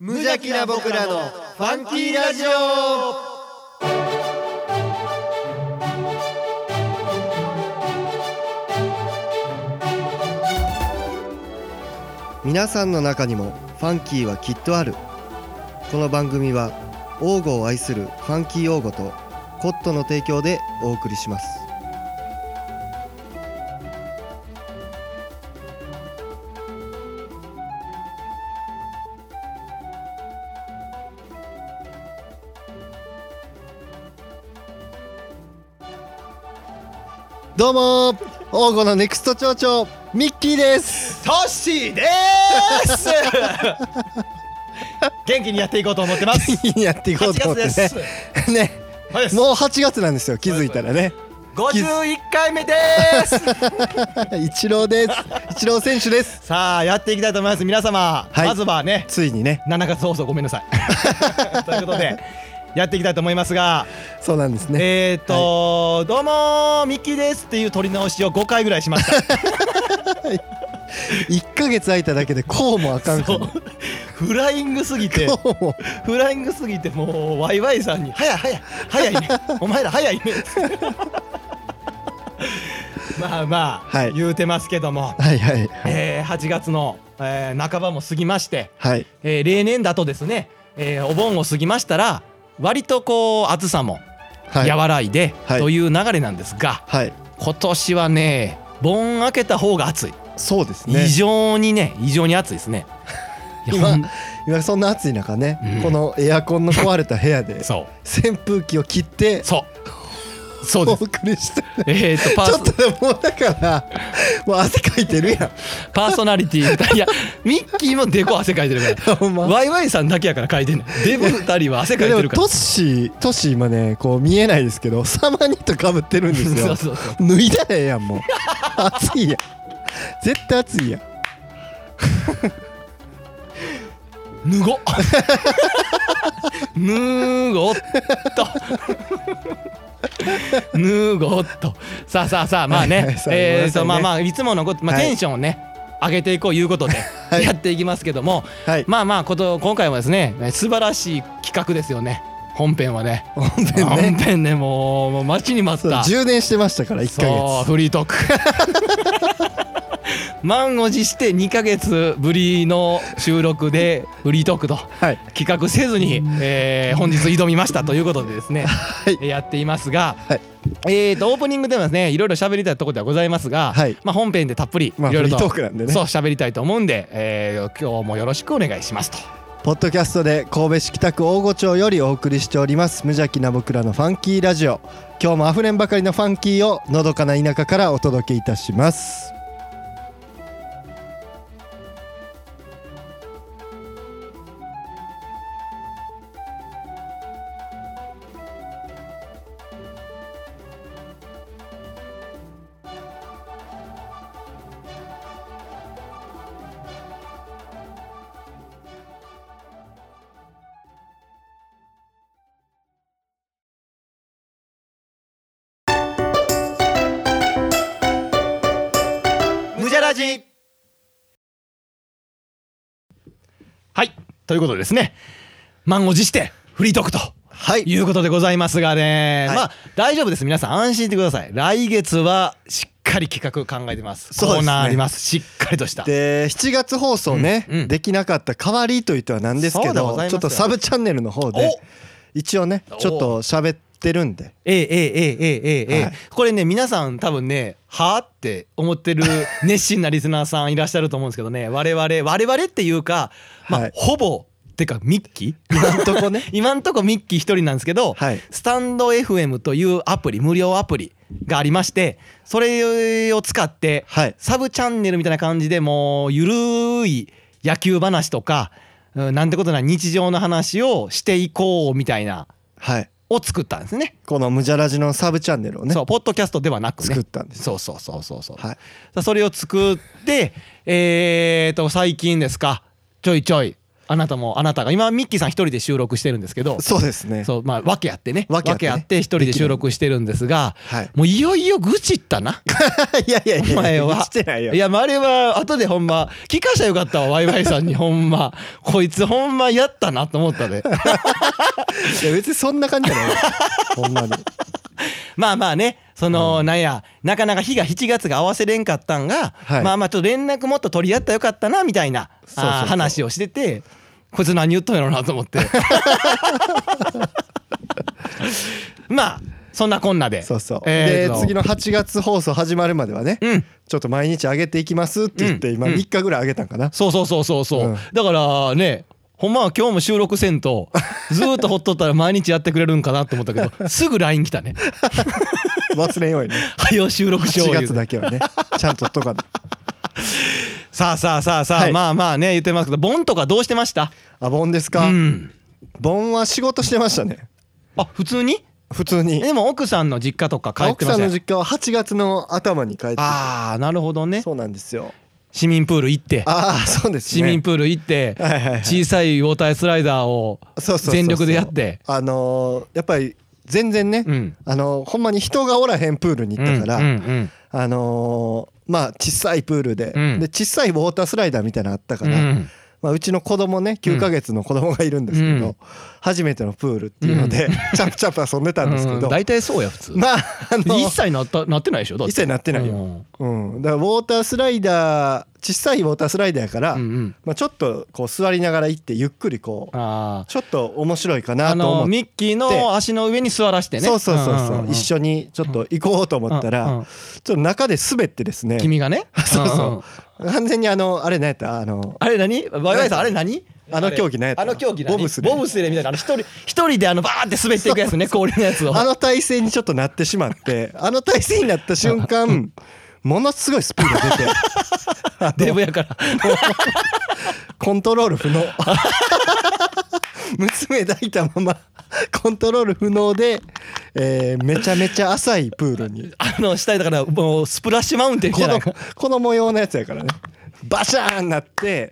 無邪気な僕らのファンキーラジオ。皆さんの中にもファンキーはきっとある。この番組は王語を愛するファンキー王語とコットの提供でお送りします。どうも王語のネクスト町長ミッキーです。 トッシーでーす元気にやっていこうと思ってます。 元気にやっていこうと思ってねね、もう8月なんですよ。気づいたらね 51回目でーすイチローです。イチロー選手です。 さあやっていきたいと思います。皆様、 はい、 まずはねついにね 7月放送ごめんなさいということでやっていきたいと思いますが、 そうなんですね。 はい、どうもミッキーですっていう取り直しを5回ぐらいしました 1ヶ月空いただけでこうもあかんかも。 フライングすぎてもうワイワイさんに早いねお前ら早いねまあ、はい、言うてますけども、 はいはいはい、 8月の、半ばも過ぎまして、 はい、 例年だとですね、お盆を過ぎましたら割とこう暑さも和らいで、はい、という流れなんですが、はい、今年はね盆明けた方が暑い。 そうですね。 異常に暑いですね今そんな暑い中ね、このエアコンの壊れた部屋で扇風機を切ってそうです。 お送りしてちょっとでもだからもう汗かいてるやんパーソナリティいやミッキーもデコ汗かいてるからワイワイさんだけやからかいてんねん。デブ2人は汗かいてるから。 トッシー今ねこう見えないですけどサマニットかぶってるんですよそう脱いだらええやん。もう暑いやん絶対暑いやん脱ごっとさあまあねまあいつものこと、テンションをね上げていこういうことでやっていきますけども、まあ今回もですね素晴らしい企画ですよね。本編ねもう待ちに待った充電してましたから1ヶ月。 そうフリートーク満を持して2ヶ月ぶりの収録でフリートークと企画せずに、本日挑みましたということでですね、やっていますが、オープニングではですねいろいろ喋りたいところではございますが、本編でたっぷりいろいろと喋りたいと思うんで、今日もよろしくお願いしますと。 ポッドキャストで神戸市北区大御町よりお送りしております無邪気な僕らのファンキーラジオ。今日もあふれんばかりのファンキーをのどかな田舎からお届けいたします。 はいということでですね満を持してフリートークということでございますがね、まあ大丈夫です。皆さん安心してください。来月はしっかり企画考えてます。コーナーあります。しっかりとしたで7月放送ね、できなかった代わりといってはなんですけど、ちょっとサブチャンネルの方で一応ねちょっと喋ってるんで、 これね皆さん多分ねはぁって思ってる熱心なリスナーさんいらっしゃると思うんですけどね、我々っていうか、ほぼてかミッキー今んとこミッキー一人なんですけど、スタンド FM というアプリ無料アプリがありまして、それを使って、サブチャンネルみたいな感じでもうゆるい野球話とか、なんてことない日常の話をしていこうみたいな、を作ったんですね。 このムジャラジのサブチャンネルをね、 そうポッドキャストではなくね作ったんです。 そう、それを作って最近ですかちょいちょいあなたが今ミッキーさん一人で収録してるんですけど、 そうですね。 そうまあ訳あってね、 訳あって一人で収録してるんですが、 はい、 もういよいよ愚痴ったな。 いやお前はしてないよ。 いやあれは後でほんま聞かしたらよかったわ、ワイワイさんに。ほんまこいつほんまやったなと思ったで。 いや別にそんな感じじゃないほんまに。 まあまあね、その、なんやなかなか日が7月が合わせれんかったんが、 はい、 まあまあちょっと連絡もっと取り合ったらよかったなみたいな話をしてて、こいつ何言っとんやろうなと思ってまあそんなこんなでそうそう、で次の8月放送始まるまではね、 うん、 ちょっと毎日上げていきますって言って、今3日ぐらい上げたんかな。 そう、だからね、ほんまは今日も収録せんとずーっとほっとったら毎日やってくれるんかなと思ったけどすぐ LINE 来たね。 忘れんようにね。 はよ収録しよう。 8月だけはねちゃんととかで。 さあ、はい、まあまあね言ってますけど、盆とかどうしてました？ 盆ですか？盆は仕事してましたね。 あ、普通に？ 普通に。 でも奥さんの実家とか帰ってました？ 奥さんの実家は8月の頭に帰ってきて。 ああなるほどね。 そうなんですよ。 市民プール行って、 そうですね、 市民プール行って、小さいウォータースライダーを全力でやって、 やっぱり全然ね、ほんまに人がおらへんプールに行ったから、まあ小さいプールで、で小さいウォータースライダーみたいなのあったから、まあ、うちの子供ね9ヶ月の子供がいるんですけど、初めてのプールっていうのでチャプチャプ遊んでたんですけど、 大体そうや普通。 まあ一切なってないでしょ？だって一切なってないよ。だからウォータースライダー、小さいウォータースライダーやから、まあちょっとこう座りながら行ってゆっくりこうちょっと面白いかなと思って、 ミッキーの足の上に座らしてね、 そう一緒にちょっと行こうと思ったら、ちょっと中で滑ってですね、 君がね、 完全にあれ何やったあれ何ワイワイさんあれ何競技何やったボブスレーみたいな、一人でバーって滑っていくやつね、氷のやつを。 体勢にちょっとなってしまって、体勢になった瞬間ものすごいスピード出てデブやからコントロール不能娘抱いたままコントロール不能で、めちゃめちゃ浅いプールに下だからもうスプラッシュマウンテンじゃないか、 子供用のやつやからね、バシャーンなって、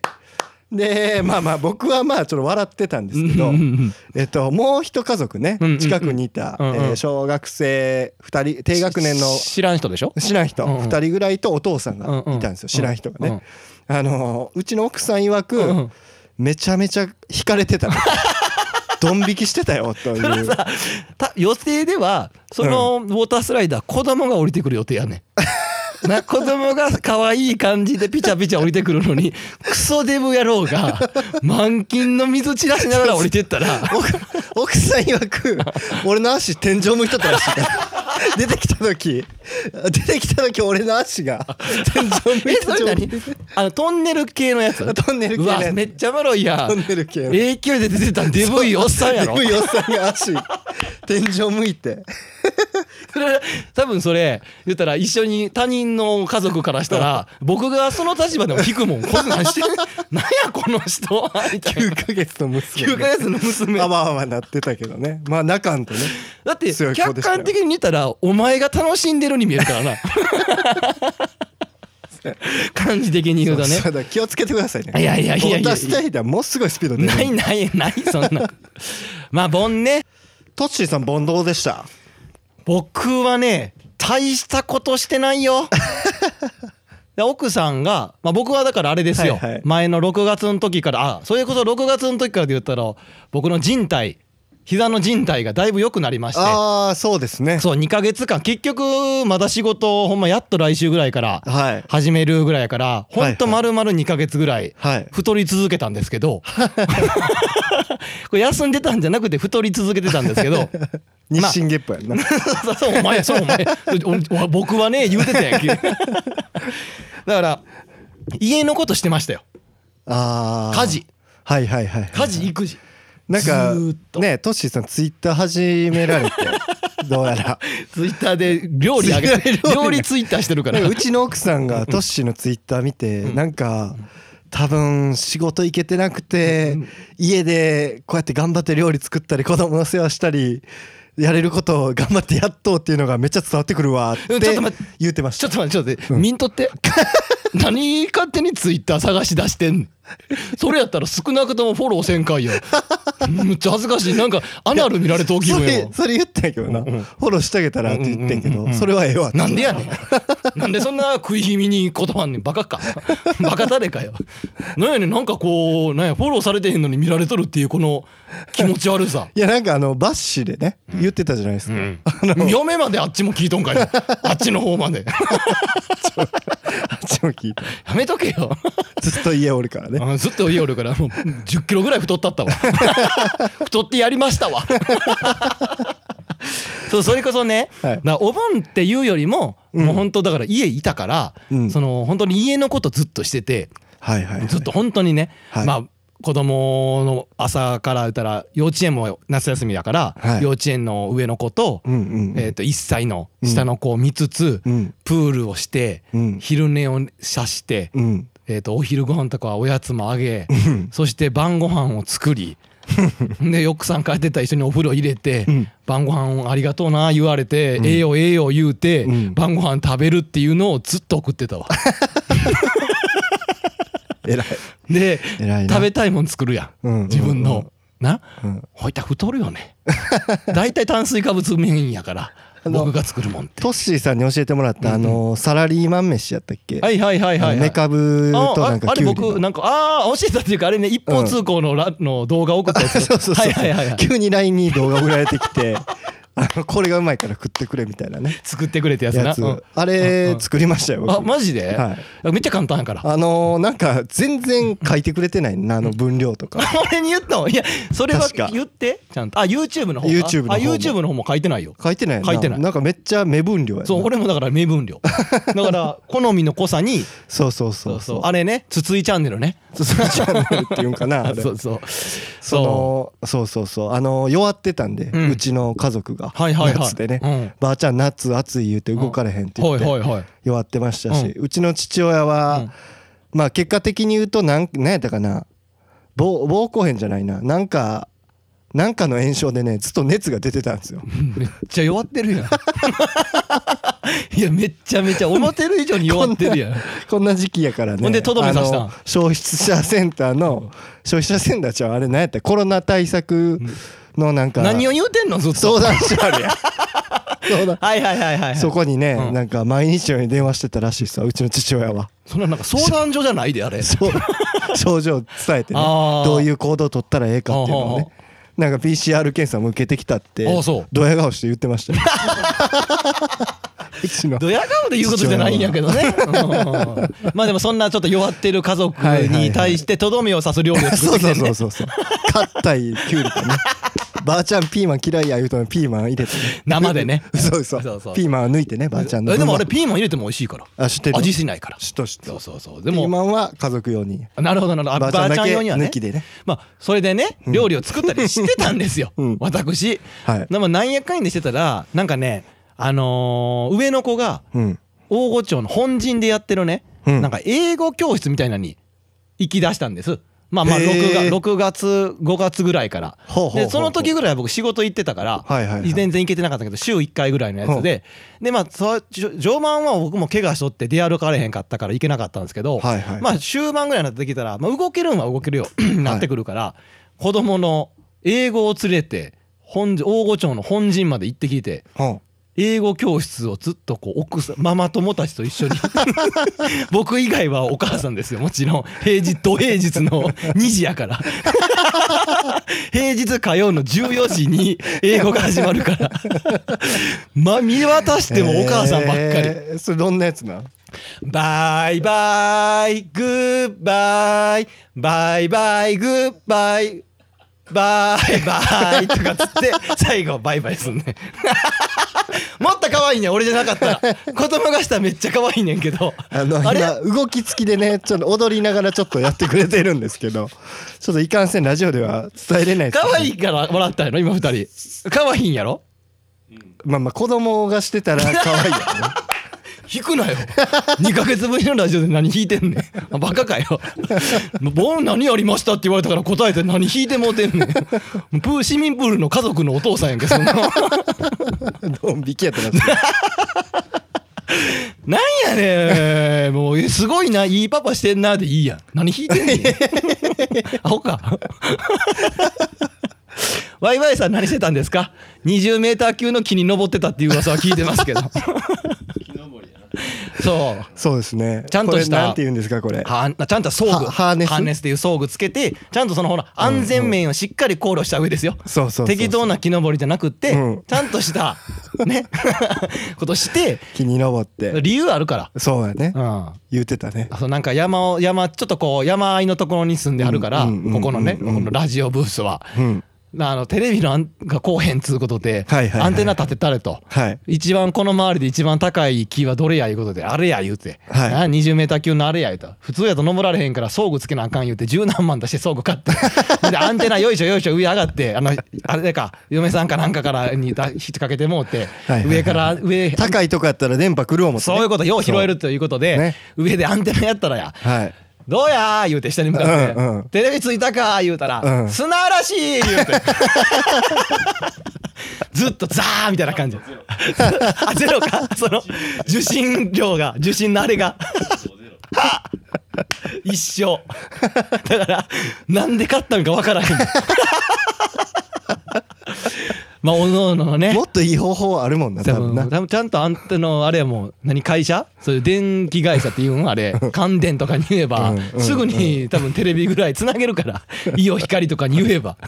でまあ僕はまあちょっと笑ってたんですけど、もう一家族ね、近くにいた小学生2人、低学年の知らん人でしょ、 知らん人2人ぐらいとお父さんがいたんですよ、知らん人がね。うちの奥さん曰くめちゃめちゃ惹かれてたドン引きしてたよという。 予定ではそのウォータースライダー子供が降りてくる予定やねん子供が可愛い感じでピチャピチャ降りてくるのに、クソデブ野郎が満金の水散らしながら降りてったら奥さん曰く俺の足天井向いとったらしいから出てきた時俺の足が天井向いてそれ何トンネル系のやつ？ トンネル系のやつ。 めっちゃおもろいやん。 トンネル系の勢いで出てたデブいおっさんやろ。 デブいおっさんが足天井向いて多分それ言ったら一緒に他人の家族からしたら僕がその立場でも聞くもん。こんなんしてなんやこの人 9ヶ月の娘 9ヶ月の娘あわなってたけどね。まあ泣かんとね。 だって客観的に見たらお前が楽しんでるに見えるからな感じ的に言うとね。 そうだ、気をつけてくださいね。 いやウォータースライダーもうすごいスピード出る。 ないそんなまあ盆ね。 トッシーさん盆どうでした？ 僕はね大したことしてないよ奥さんが、まあ、僕はだからあれですよ、前の6月の時から、それこそ6月の時からで言ったら僕の膝の靭帯がだいぶ良くなりまして。 そうですね。 そう2ヶ月間結局まだ仕事ほんまやっと来週ぐらいから始めるぐらいやから、ほんと丸々2ヶ月ぐらい太り続けたんですけどこれ休んでたんじゃなくて太り続けてたんですけど日進月歩やんなそうお前僕はね言うてたやんけだから家のことしてましたよ。家事家事育児なんかね、トッシーさんツイッター始められてどうやらツイッターで料理上げて料理ツイッターしてるから。 うちの奥さんがトッシーのツイッター見てなんか多分仕事行けてなくて家でこうやって頑張って料理作ったり子供の世話したりやれることを頑張ってやっとうっていうのがめっちゃ伝わってくるわって言ってました。 ちょっと待って、ミントって何勝手にツイッター探し出してんの。それやったら少なくともフォローせんかいよ。むっちゃ恥ずかしい。なんかアナル見られとう気分よ。 それ言ったんやけどな、フォローしてあげたらって言ってんけど、それはええわ。 なんでやねん。なんでそんな食い気味に断んねん。バカか。バカ誰かよ。なんやねん、なんかこうなんやフォローされてへんのに見られとるっていうこの気持ち悪さ。 いやなんかバッシュでね言ってたじゃないですか、 嫁まであっちも聞いとんかよ。あっちの方まで。 あっちも聞いた。 やめとけよ。 ずっと家おるからね。 ずっと家おるからもう10キロぐらい太ったったわ。太ってやりましたわ。そう、それこそね、 はい、 だからお盆っていうよりも、もう本当だから家いたから、その本当に家のことずっとしてて、ずっと本当にね、まあ子供の朝から言ったら幼稚園も夏休みだから、幼稚園の上の子と1歳の下の子を見つつ、プールをして、昼寝をさして、お昼ご飯とかおやつもあげ、そして晩ご飯を作り、で奥さん帰ってったら一緒にお風呂入れて、晩ご飯ありがとうな言われて、ええよええよ言うて、晩ご飯食べるっていうのをずっと送ってたわ。 偉い。 で食べたいもん作るやん、自分のな、ほいたら太るよね。だいたい炭水化物メインやから僕が作るもんって。 トッシーさんに教えてもらったサラリーマン飯やったっけ。 はいはいはいはい。 メカブとなんかあれ僕なんか教えたっていうかあれね一方通行の動画送ったやつ。 そうそうそう。急に LINE に動画送られてきて。これがうまいから食ってくれみたいなね。 作ってくれってやつな。 あれ作りましたよ。 あマジで？めっちゃ簡単やから。 なんか全然書いてくれてないな分量とか。 俺に言ったの？いやそれは言ってちゃんと。YouTube の方。YouTube の方も書いてないよ。 書いてない。書いてない。なんかめっちゃ目分量や。 そう俺もだから目分量。だから好みの濃さに。 そうそうそうそう。 あれね筒井チャンネルね。 筒井チャンネルっていうんかな。 そうそう。 そうそうそう弱ってたんでうちの家族が。夏でね、ばあちゃん夏暑い言うて動かれへんって言って弱ってましたし、うちの父親はまあ結果的に言うと何やったかな、膀胱炎じゃないな、なんかの炎症でねずっと熱が出てたんですよ。 めっちゃ弱ってるやん。いやめっちゃめちゃ思ってる以上に弱ってるやん。 こんな時期やからね。 ほんでとどめさせたん。 消費者センターの消費者センターちゃうあれ何やったコロナ対策のなんか何を言うてんのずっと相談所あるやん。 はいはいはいはい。 そこにねなんか毎日のように電話してたらしいさうちの父親は。 そんななんか相談所じゃないであれ。 症状伝えてねどういう行動を取ったらええかっていうのをね。なんか PCR 検査も受けてきたってドヤ顔して言ってましたよ。 ドヤ顔で言うことじゃないんやけどね。まあでもそんなちょっと弱ってる家族に対してとどめを刺す料理を作ってきてね。 そう硬いきゅうりとね。ばあちゃんピーマン嫌いや言うとピーマン入れて生でね。 そうピーマンを抜いてねばあちゃんの。 でもあれピーマン入れても美味しいから。 知ってる。 味しないから。 そうでもピーマンは家族用に。 なるほどなるほど。ばあちゃん用にはね。 抜きでね。 まあそれでね料理を作ったりしてたんですよ私。でもなんやかんやしてたらなんかね上の子が大御町の本陣でやってるねなんか英語教室みたいなのに行き出したんです。まあ6月5月ぐらいからでその時ぐらいは僕仕事行ってたから全然行けてなかったけど週1回ぐらいのやつでまあ序盤は僕も怪我しとって出歩かれへんかったから行けなかったんですけどまあ終盤ぐらいになってきたら動けるんは動けるよなってくるから子供の英語を連れて大御町の本陣まで行ってきて英語教室をずっとこうママ友たちと一緒に僕以外はお母さんですよもちろん土平日の2時やから平日火曜の14時に英語が始まるから見渡してもお母さんばっかり。 それどんなやつな。 バイバイグッバイバイバイグッバイバイバイとかつって最後バイバイすんねん。もっと可愛いね俺じゃなかったら子供がしたらめっちゃ可愛いねんけど今動き付きでねちょっと踊りながらちょっとやってくれてるんですけどちょっといかんせんラジオでは伝えれないです、 可愛いからもらったやろ今2人可愛いんやろ。 まあ子供がしてたら可愛いやろね。 弾くなよ。2ヶ月ぶりのラジオで何弾いてんねん。バカかよ。何やりましたって言われたから答えて何弾いてもうてんねん。市民プールの家族のお父さんやんけそんな。 ドン引きやったな。 なんやねんもうすごいないいパパしてんなでいいやん。何引いてんねんアホかワイワイさん何してたんですか。20メーター級の木に登ってたっていう噂は聞いてますけどそうですね。 ちゃんとしたこれなんて言うんですかこれ。 ちゃんと装具ハーネスっていう装具つけてちゃんとそのほら安全面をしっかり考慮した上ですよ。適当な木登りじゃなくってちゃんとしたねことして木に登って理由あるから。 そうやね。言うてたね。 なんか山ちょっとこう山あいのところに住んであるからここのねこのラジオブースは。テレビがこうへんつうことでアンテナ立てたれと一番この周りで一番高い木はどれやいうことであれや言うて20メーター級のあれや言うた普通やと登られへんから装具つけなあかん言うて十何万出して装具買ってでアンテナよいしょよいしょ上上がってあれか嫁さんかなんかからに引っ掛けてもうて上から上高いとこやったら電波来る思ってそういうことよう拾えるということで上でアンテナやったらやどうやー言うて下に向かってテレビついたかー言うたら砂嵐言うてずっとザーみたいな感じゼロかその受信量が受信のあれが一緒だからなんで買ったんか分からへんまあおのおのねもっといい方法あるもんな多分ちゃんとあんたのあれはもう会社そういう電気会社っていうんあれ関電とかに言えばすぐに多分テレビぐらいつなげるからイオ光とかに言えば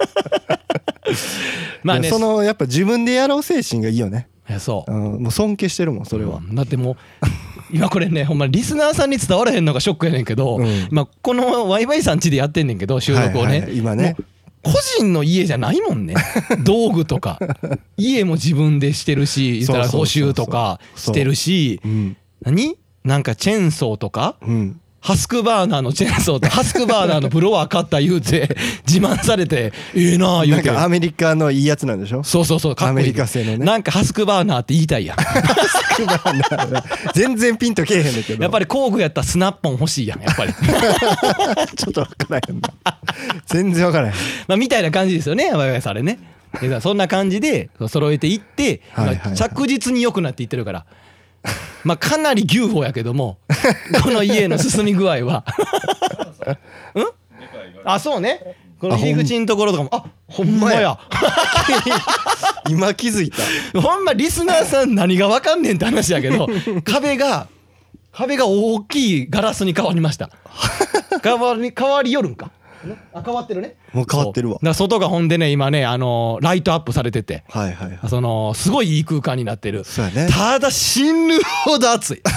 まあねそのやっぱ自分でやろう精神がいいよね。 いやそうもう尊敬してるもんそれは。 だってもう今これねほんまリスナーさんに伝わらへんのがショックやねんけど今このワイワイさん家でやってんねんけど収録をね今ね個人の家じゃないもんね道具とか家も自分でしてるし言ったら補修とかしてるしなんかチェーンソーとかハスクバーナーのチェーンソーとハスクバーナーのブロワー買った言うて自慢されてええなあ言うてなんかアメリカのいいやつなんでしょ。 そうかっこいいアメリカ製のねなんかハスクバーナーって言いたいやんハスクバーナー全然ピンとけえへんだけどやっぱり工具やったらスナッポン欲しいやんやっぱりちょっと分からへんな全然分からへんまあみたいな感じですよねワイワイさんあれねそんな感じで揃えていって着実に良くなっていってるからまあかなり牛歩やけどもこの家の進み具合はあそうねこの入り口のところとかもほんまや今気づいたほんまリスナーさん何が分かんねんって話やけど壁が大きいガラスに変わりました変わりよるんか変わってるね。 もう変わってるわ。 だから外がほんでね今ねライトアップされててそのすごいいい空間になってる。 そうやね。 ただ死ぬほど暑いク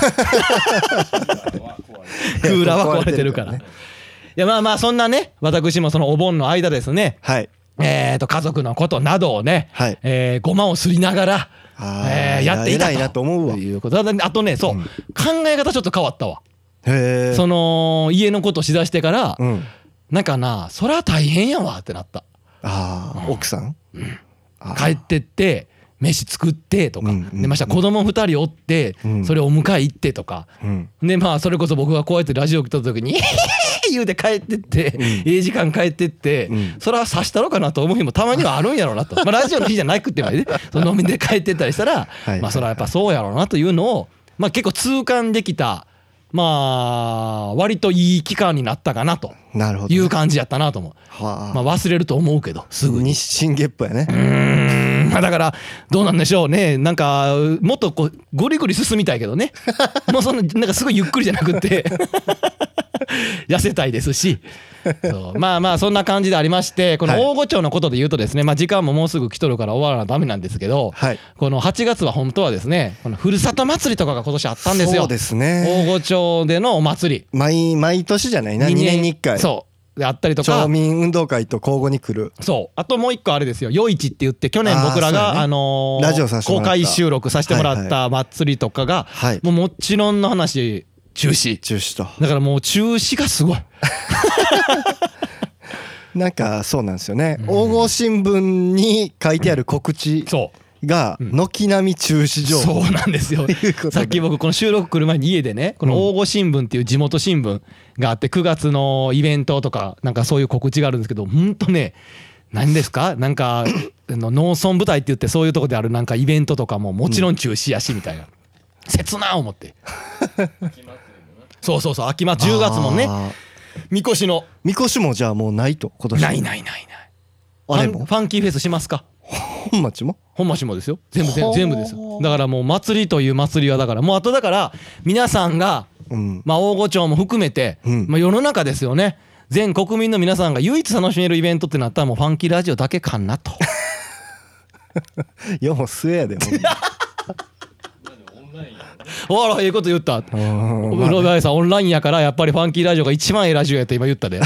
ーラーは壊れてるから。いやまあそんなね私もそのお盆の間ですね家族のことなどをねごまをすりながらやっていたということ。あとねそう考え方ちょっと変わったわ。その家のことしだしてからなんかなそりゃ大変やわってなった。 奥さん帰ってって飯作ってとかでました子供2人おってそれをお迎え行ってとかでまあそれこそ僕がこうやってラジオ来た時に言うて帰ってっていい時間帰ってってそれは察したろかなと思う日もたまにはあるんやろうなとまあラジオの日じゃなくってもねその飲みで帰ってったりしたらまあそれはやっぱそうやろうなというのをまあ結構痛感できたまあ割といい期間になったかなという感じやったなと思う。まあ忘れると思うけどすぐに日進月歩やね。 だからどうなんでしょうね。なんかもっとこうゴリゴリ進みたいけどねもうそんななんかすごいゆっくりじゃなくって痩せたいですしそうまあそんな感じでありましてこの大御町のことで言うとですねまあ時間ももうすぐ来とるから終わらなダメなんですけどこの8月は本当はですねこのふるさと祭りとかが今年あったんですよ。 そうですね。 大御町でのお祭り毎年じゃないな2年に1回そうであったりとか町民運動会と交互に来る。 そうあともう一個あれですよ夜市って言って去年僕らがラジオさせてもらった公開収録させてもらった祭りとかがもちろんの話中止とだからもう中止がすごいなんかそうなんですよね。黄金新聞に書いてある告知が軒並み中止情報。 そうなんですよさっき僕この収録来る前に家でねこの黄金新聞っていう地元新聞があって9月のイベントとかなんかそういう告知があるんですけどほんとね何ですかなんか農村部隊って言ってそういうとこであるなんかイベントとかももちろん中止やしみたいな切な思ってそうそうそう秋祭10月もねみこしもじゃあもうないと今年ないあれもファンキーフェスしますか本町もですよ全部ですよだからもう祭りという祭りはだからもうあとだから皆さんが、まあ大御町も含めて、まあ世の中ですよね全国民の皆さんが唯一楽しめるイベントってなったらもうファンキーラジオだけかなといやもう末やでほんまほらええこと言ったロバイさんオンラインやからやっぱりファンキーラジオが一番ええラジオやって今言ったで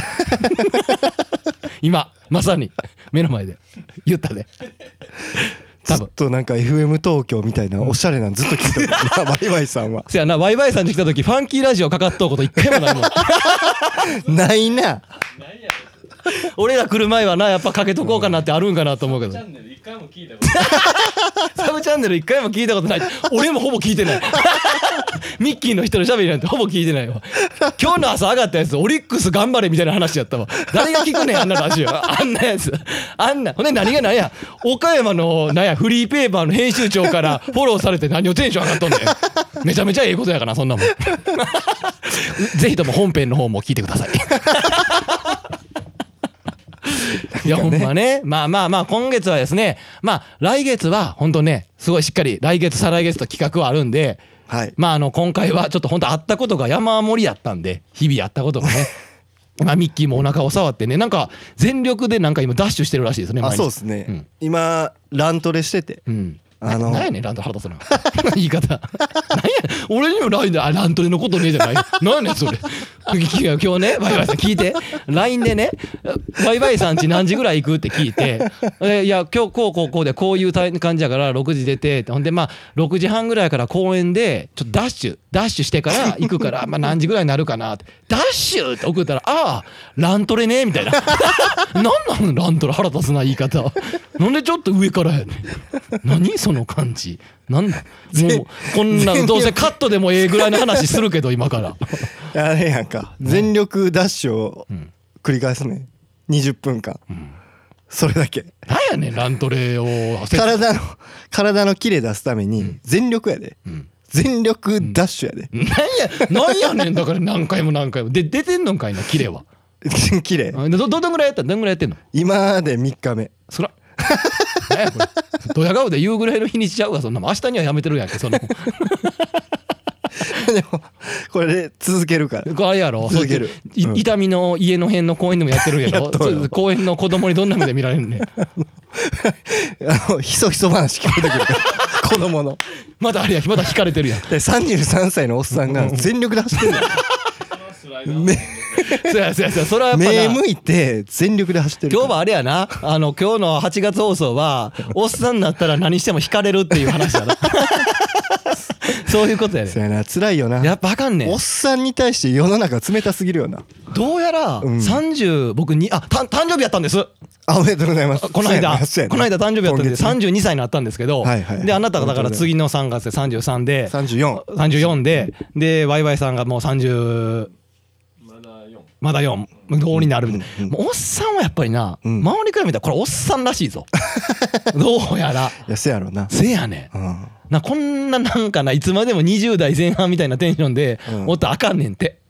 今まさに目の前で言ったでずっとなんか FM 東京みたいなおしゃれなんずっと聞いてるワイワイさんはせやなワイワイさんに来た時ファンキーラジオかかっとうこと一回もないもんないな俺ら来る前はなやっぱかけとこうかなってあるんかなと思うけどサブチャンネル一回も聞いたことないサブチャンネル一回も聞いたことない俺もほぼ聞いてないミッキーの人のしゃべりなんてほぼ聞いてないわ今日の朝上がったやつオリックス頑張れみたいな話やったわ誰が聞くねんあんなラジオあんなやつあんなほんで何が何や岡山の何やフリーペーパーの編集長からフォローされて何をテンション上がっとんねんめちゃめちゃええことやからそんなもんぜひとも本編の方も聞いてくださいいやほんまねまあ今月はですねまあ来月はほんとねすごいしっかり来月再来月と企画はあるんで、はい、まあ今回はちょっとほんとあったことが山盛りやったんで日々あったことがねまあミッキーもお腹を触ってねなんか全力でなんか今ダッシュしてるらしいですねそうですね、今ラントレしてて、 なんやねんラントレ腹立つな言い方なんや俺にもラントレのことねえじゃないなんやねんそれ今日ねワイワイさん聞いて LINE でねワイワイさんち何時ぐらい行くって聞いていや今日こうでこういう感じやから6時出てほんでまあ6時半ぐらいから公園でちょっとダッシュしてから行くからまあ何時ぐらいになるかなってダッシュって送ったらああラントレねみたいななんなのラントレ腹立つな言い方なんでちょっと上からやねん何その感じなんだもうこんなどうせカットでもええぐらいの話するけど今からあれやんか全力ダッシュを繰り返すね20分間、それだけなんやねんラントレを体のキレ出すために全力やで、全力ダッシュやで、 なんやねんだから何回もで出てんのんかいなキレはキレどんぐらいやったんどんぐらいやってんの今で3日目そら何やこれドヤ顔で言うぐらいの日にちちゃうわそんなもん明日にはやめてるやんけそんなもんでもこれで続けるからこれあれやろ続ける、 伊丹の家の辺の公園でもやってるやろ公園の子供にどんな目で見られるねひそひそ話聞こえてくるから子供のまだあれやまだ引かれてるやんで33歳のおっさんが全力で走ってるんだよそれはやっぱ目向いて全力で走ってる今日はあれやな今日の8月放送はおっさんになったら何しても惹かれるっていう話だなそういうことやね。 そうやな辛いよなやっぱあかんねんおっさんに対して世の中冷たすぎるよなどうやら30僕に誕生日やったんですおめでとうございますこの間誕生日やったんで32歳になったんですけどであなたがだから次の3月で33で34でワイワイさんがもう30まだ4どうになるみたいなおっさんはやっぱりな周りから見たらこれおっさんらしいぞどうやらいやせやろなせやねんこんななんかないつまでも20代前半みたいなテンションでおっとあかんねんって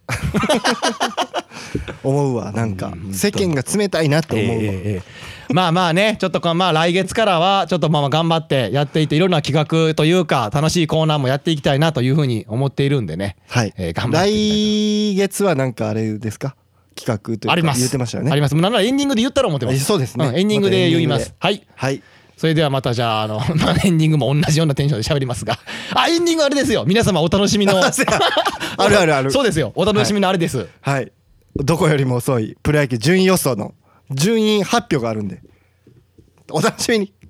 思うわなんか世間が冷たいなって思うわまあねちょっとまあ来月からはちょっとまあ頑張ってやっていっていろんな企画というか楽しいコーナーもやっていきたいなというふうに思っているんでねはい頑張って来月はなんかあれですか企画というか言ってましたよねありますなんならエンディングで言ったら思ってますそうですねエンディングで言いますはいそれではまたじゃあエンディングも同じようなテンションで喋りますがエンディングあれですよ皆様お楽しみのあるそうですよお楽しみのあれですはいどこよりも遅いプロ野球順位予想の順位発表があるんでお楽しみに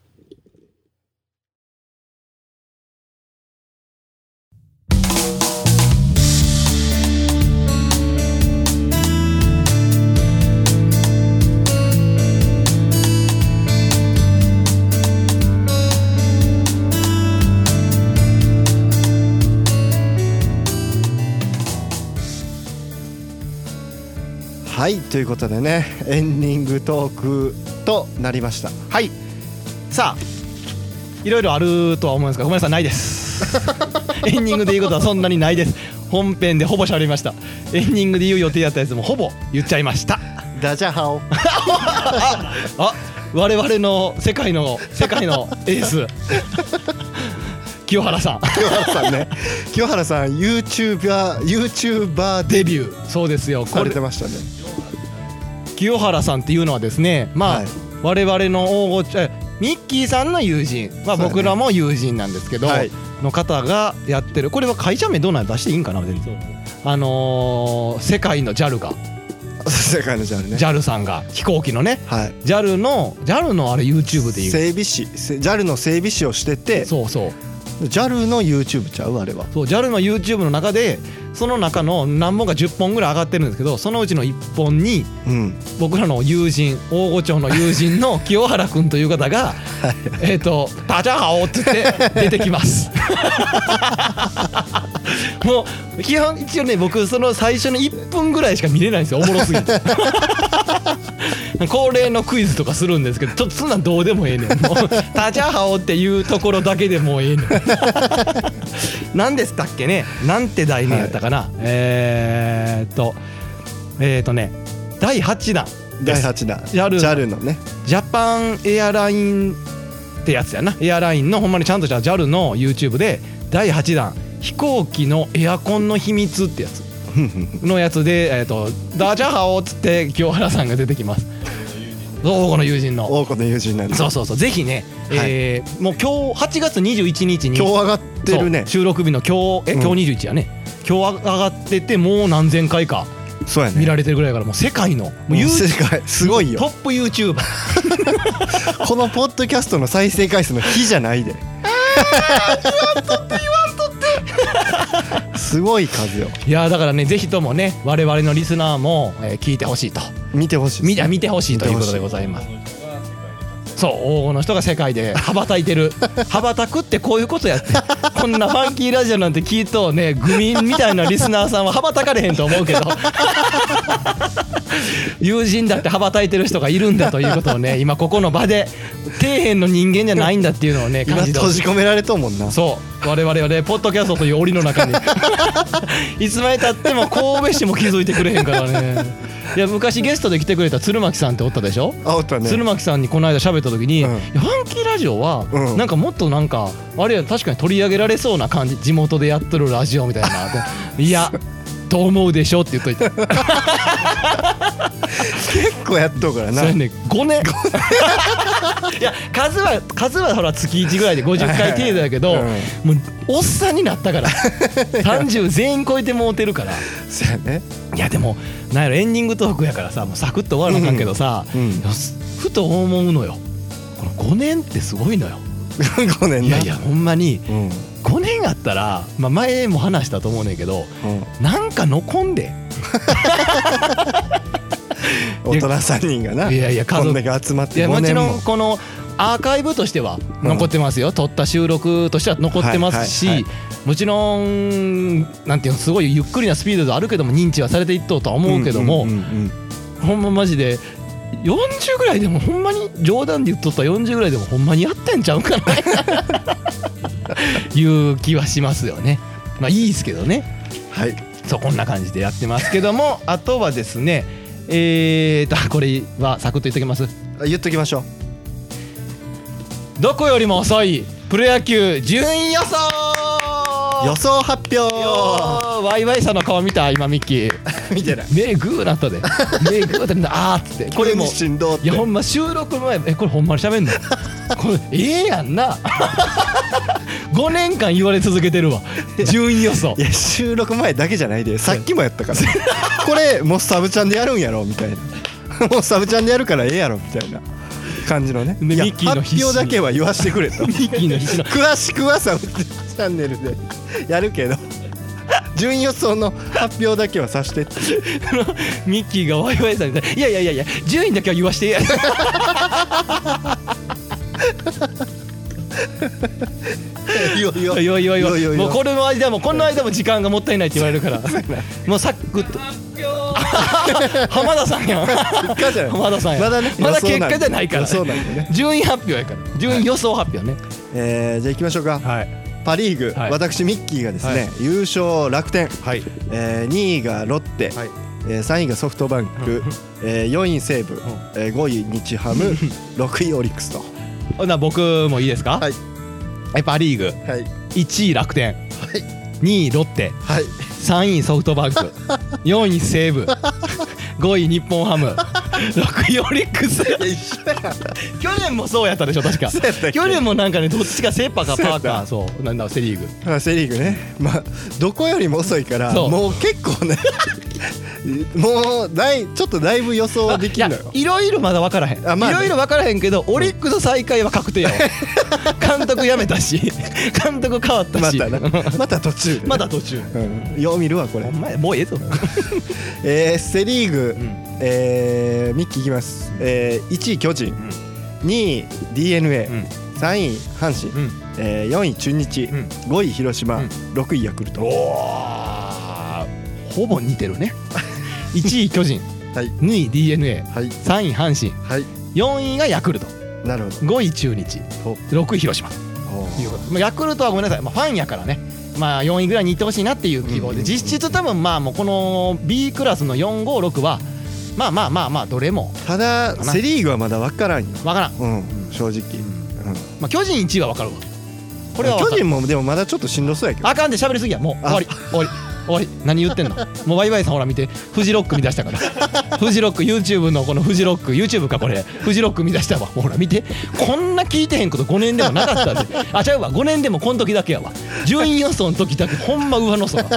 はいということでねエンディングトークとなりましたはいさあいろいろあるとは思うんですがごめんなさいないですエンディングで言うことはそんなにないです。本編でほぼ喋りました。エンディングで言う予定だったやつもほぼ言っちゃいました。 ダジャハオあ、我々の世界のエース清原さんね。清原さん YouTuber デビューそうですよ。 されてましたね。 清原さんっていうのはですね、まあ、はい、我々の大御所ミッキーさんの友人、まあ、僕らも友人なんですけど、はい、の方がやってる、これは会社名どうなん出していいんかな、全然世界の JAL が世界の JAL ね、 JAL さんが飛行機のね、はい、JAL のあれ YouTube でいう整備士 JAL の整備士をしてて、 そうそう JAL の YouTube ちゃうあれは。 そう JAL の YouTube の中でその中の何本か10本ぐらい上がってるんですけど、そのうちの1本に僕らの友人、大御所の友人の清原くんという方がダジャハオって言って出てきますもう基本一応ね、僕その最初の1分ぐらいしか見れないんですよ、おもろすぎて恒例のクイズとかするんですけど、ちょっとそんなんどうでもええねん、もうダジャハオっていうところだけでもうええねん何でしたっけね、なんて題名やったかな、はい、ね第8弾第8弾 JAL のね、 ジャパンエアラインってやつやな、エアラインのほんまにちゃんとした JAL の YouTube で第8弾飛行機のエアコンの秘密ってやつのやつで、ダジャハオっつって清原さんが出てきます。大御の友人なんで、そうぜひね、はい、もう今日8月21日に今日上がってるね、 収録日の今日21やね、今日上がっててもう何千回か見られてるぐらいから、もう世界の世界すごいよ、 トップ YouTuber このポッドキャストの再生回数の比じゃないで言わんとってすごい数よ。 いやだからね、ぜひともね我々のリスナーも聞いてほしいと、 見てほしい、 見てほしいということでございます。そう、大御の人が世界で羽ばたいてる羽ばたくってこういうことやって、こんなファンキーラジオなんて聞いとね、グミみたいなリスナーさんは羽ばたかれへんと思うけど友人だって羽ばたいてる人がいるんだということをね、今ここの場で底辺の人間じゃないんだっていうのをね感じて、今閉じ込められとんもんな。 そう我々はねポッドキャストという檻の中にいつまでたっても神戸市も気づいてくれへんからね。いや昔ゲストで来てくれた鶴巻さんっておったでしょ。 あ、おったね。 鶴巻さんにこの間喋った時に、ファンキーラジオはなんかもっとなんかあれや確かに取り上げられそうな感じ、地元でやってるラジオみたいないやどう思うでしょって言っといて結構やっとうからな。 それね5年いや数はほら月1ぐらいで50回程度やけど、もうおっさんになったから30全員超えてもうてるから。 そうやね。 いやでもなんやろ、エンディングトークやからさ、もうサクッと終わらなあかんけどさ、ふと思うのよ、この5年ってすごいのよ 5年な。 いやほんまに、5年あったら、まあ、前も話したと思うねんけど、なんか残んで大人3人がな、 いやいやこんだけ集まって5年も。 もちろんこのアーカイブとしては残ってますよ、撮った収録としては残ってますし、もちろんなんていうの、すごいゆっくりなスピードであるけども認知はされていっとうとは思うけども、ほんまマジで40ぐらいでもほんまに冗談で言っとった40ぐらいでもほんまにやってんちゃうかないう気はしますよね。まあいいですけどね。 はい。 そうこんな感じでやってますけども、あとはですね、これはサクッと言っときます。 言っときましょう。 どこよりも遅いプロ野球順位予想発表。 ワイワイさんの顔見た今ミッキー見てない。 目グーなったで目グーってあーっつって、これもいやほんま収録前これほんまに喋んのこれやんな5年間言われ続けてるわ順位予想。 いや収録前だけじゃないで、さっきもやったからこれもうサブチャンでやるんやろみたいなもうサブチャンでやるからええやろみたいな感じのね。 ミッキーの発表だけは言わしてくれとミッキーの必死の詳しくはサブチャンネルでやるけど順位予想の発表だけはさしてってミッキーがワイワイさんにいや順位だけは言わしてやもうこれの間もこの間も時間がもったいないって言われるからもうサクッと浜田さんやん浜田さんやんまだ結果じゃないから順位発表やから順位予想発表ね。 じゃあ行きましょうか。 はい。 パリーグ、 はい、 私ミッキーがですね、はい、優勝楽天、はい、2位がロッテ、はい、3位がソフトバンク、4位西武、5位日ハム6位オリックスと。 ほな僕もいいですか？はい、パリーグ、はい、1位楽天、はい、2位ロッテ、はい、3位ソフトバンク4位西武5位日本ハム6位オリックス去年もそうやったでしょ確か。去年もなんかねどっちかセッパかパーかそうなんだセリーグ。 セリーグね。まあどこよりも遅いからもう結構ねもうちょっとだいぶ予想できるのよ。 いろいろまだ分からへん。いろいろ分からへんけどオリックス最下位は確定やわ監督辞めたし監督変わったしまた途中で、ね、 まだ途中、 よう見るわこれ。 お前もうええぞセリーグ、ミッキーいきます、1位巨人、2位 DNA、3位阪神、4位中日、5位広島、6位ヤクルト。 ほぼ似てるね1位巨人、はい、2位 DNA、はい、3位阪神、はい、4位がヤクルト、 なるほど、 5位中日、6位広島ということ。ヤクルトはごめんなさい、ファンやからね、4位ぐらいに行ってほしいなっていう希望で、実質多分もうこの B クラスの4、5、6はまあどれも。 ただセリーグはまだ分からんよ。 分からん、 正直、 巨人1位は分かるわ。 これは巨人もでもまだちょっとしんどそうやけど。 あかんで喋りすぎや、もう終わり何言ってんのもうワイワイさんほら見てフジロック見出したからフジロック YouTube のこのフジロック YouTube かこれフジロック見出したわ。ほら見てこんな聞いてへんこと5年でもなかったであちゃうわ5年でもこの時だけやわ。順位予想の時だけほんま上の空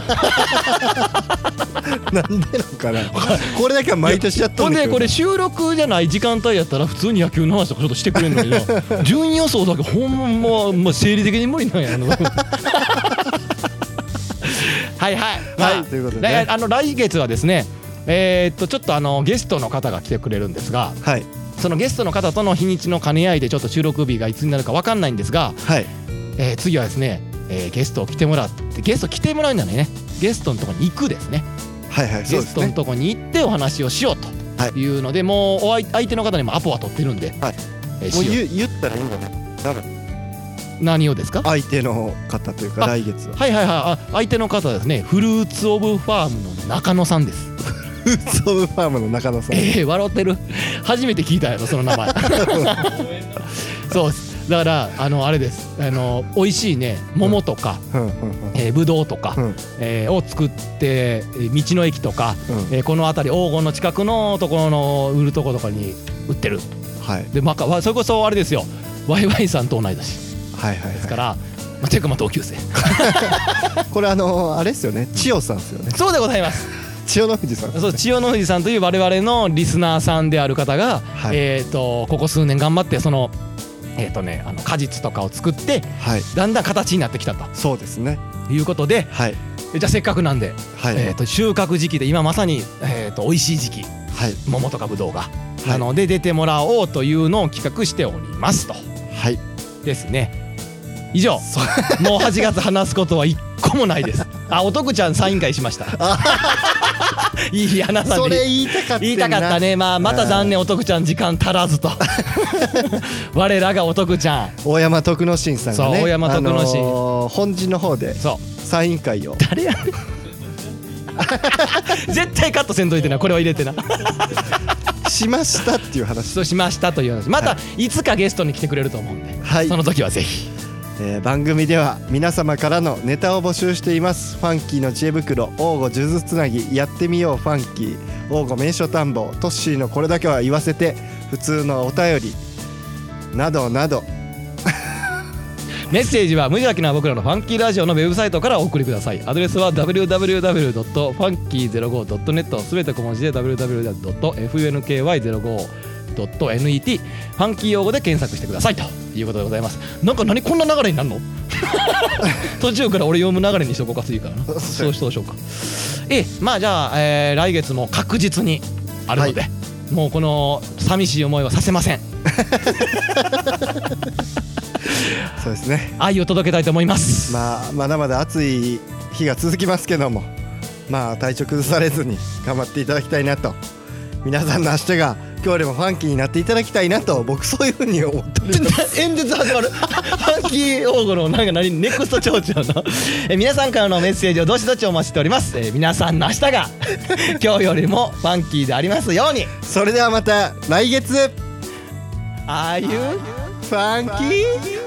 なんでのかなこれだけは毎年やっとんねんけど。 ほんでこれ収録じゃない時間帯やったら普通に野球の話とかちょっとしてくれんのにな順位予想だけほんま生理的に無理なんやはいということで、ね、 来月はですねちょっとゲストの方が来てくれるんですが、はい、そのゲストの方との日にちの兼ね合いでちょっと収録日がいつになるか分かんないんですが、はい、次はですね、ゲストを来てもらってゲスト来てもらうんじゃないねゲストのところに行くですね。 はいはい、 ゲストのところに行ってお話をしようというので、もう相手の方にもアポは取ってるんで、 はい、もう言ったらいいんだね。 何をですか？ 相手の方というか来月は相手の方はですねフルーツオブファームの中野さんです。 フルーツオブファームの中野さん、 笑ってる初めて聞いたやろその名前そうですだからあれです美味しいね桃とかぶどうとかを作って道の駅とかこの辺り黄金の近くのところの売るところとかに売ってる。でそれこそあれですよワイワイさんと同い年ですから、というか同級生これあれですよね千代さんですよね。 そうでございます。 千代の富士さん。 そう千代の富士さんという我々のリスナーさんである方が、はい、ここ数年頑張ってその果実とかを作って、はい、だんだん形になってきたと。 そうですね。 いうことで、はい、じゃあせっかくなんで、はい、収穫時期で今まさに美味しい時期、はい、桃とかぶどうが、はい、なので出てもらおうというのを企画しておりますと。はい。ですね。以上もう8月話すことは1個もないです。おとくちゃんサイン会しましたいい話さんでそれ言いたかったね。また残念おとくちゃん時間足らずと我らがおとくちゃん大山徳之進さんがね大山徳之進、 本陣の方でサイン会を誰や絶対カットせんといてなこれは入れてなしましたっていう話。 そうしましたという話。またいつかゲストに来てくれると思うんで、はい、その時はぜひ。 番組では皆様からのネタを募集しています。ファンキーの知恵袋、王吾数珠つなぎ、やってみようファンキー、王吾名所探訪、トッシーのこれだけは言わせて、普通のお便りなどなどメッセージは無邪気な僕らのファンキーラジオのウェブサイトからお送りください。アドレスは www.funky05.net すべて小文字で www.funky05.net ファンキー用語で検索してくださいということでございます。なんか何こんな流れになるの途中から俺読む流れにしとこうか。次からなそうしようか。まあじゃあ、来月も確実にあるので、はい、もうこの寂しい思いはさせませんそうですね。 愛を届けたいと思います。 まだまだ暑い日が続きますけども、体調崩されずに頑張っていただきたいなと。皆さんの明日が今今日でもファンキーになっていただきたいなと僕そういう風に思っております。 演説始まるファンキー王吾のなんか何ネクスト長者の皆さんからのメッセージをどしどしお待ちしております。皆さんの明日が今日よりもファンキーでありますように。 それではまた来月。 Are you ファンキー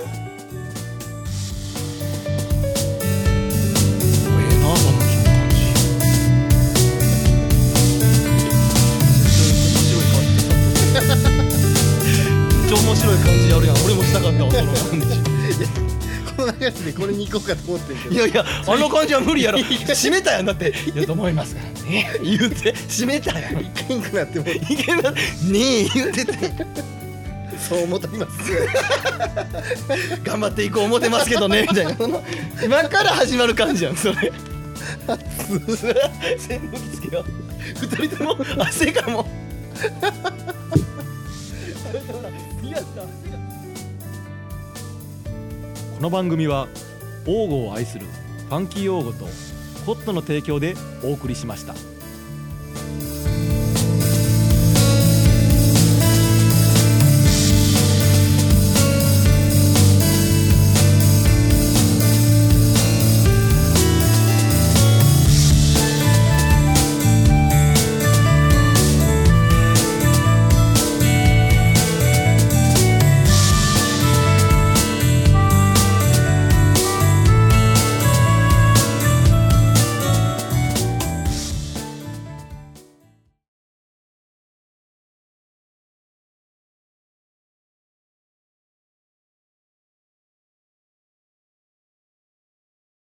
超面白い感じやるやん。俺もしたかったわその感じ。 この流れでこれに行こうかと思ってんけど、 いやいやあの感じは無理やろ。閉めたやんだって。いやと思いますからね言うて閉めたやん。 いけんくなってもいけなねえ言うててそう思っています。 頑張っていこう思ってますけどねみたいな今から始まる感じやんそれ。線路つけよう2人とも汗かもこの番組は王吾を愛するファンキー王吾とコットの提供でお送りしました。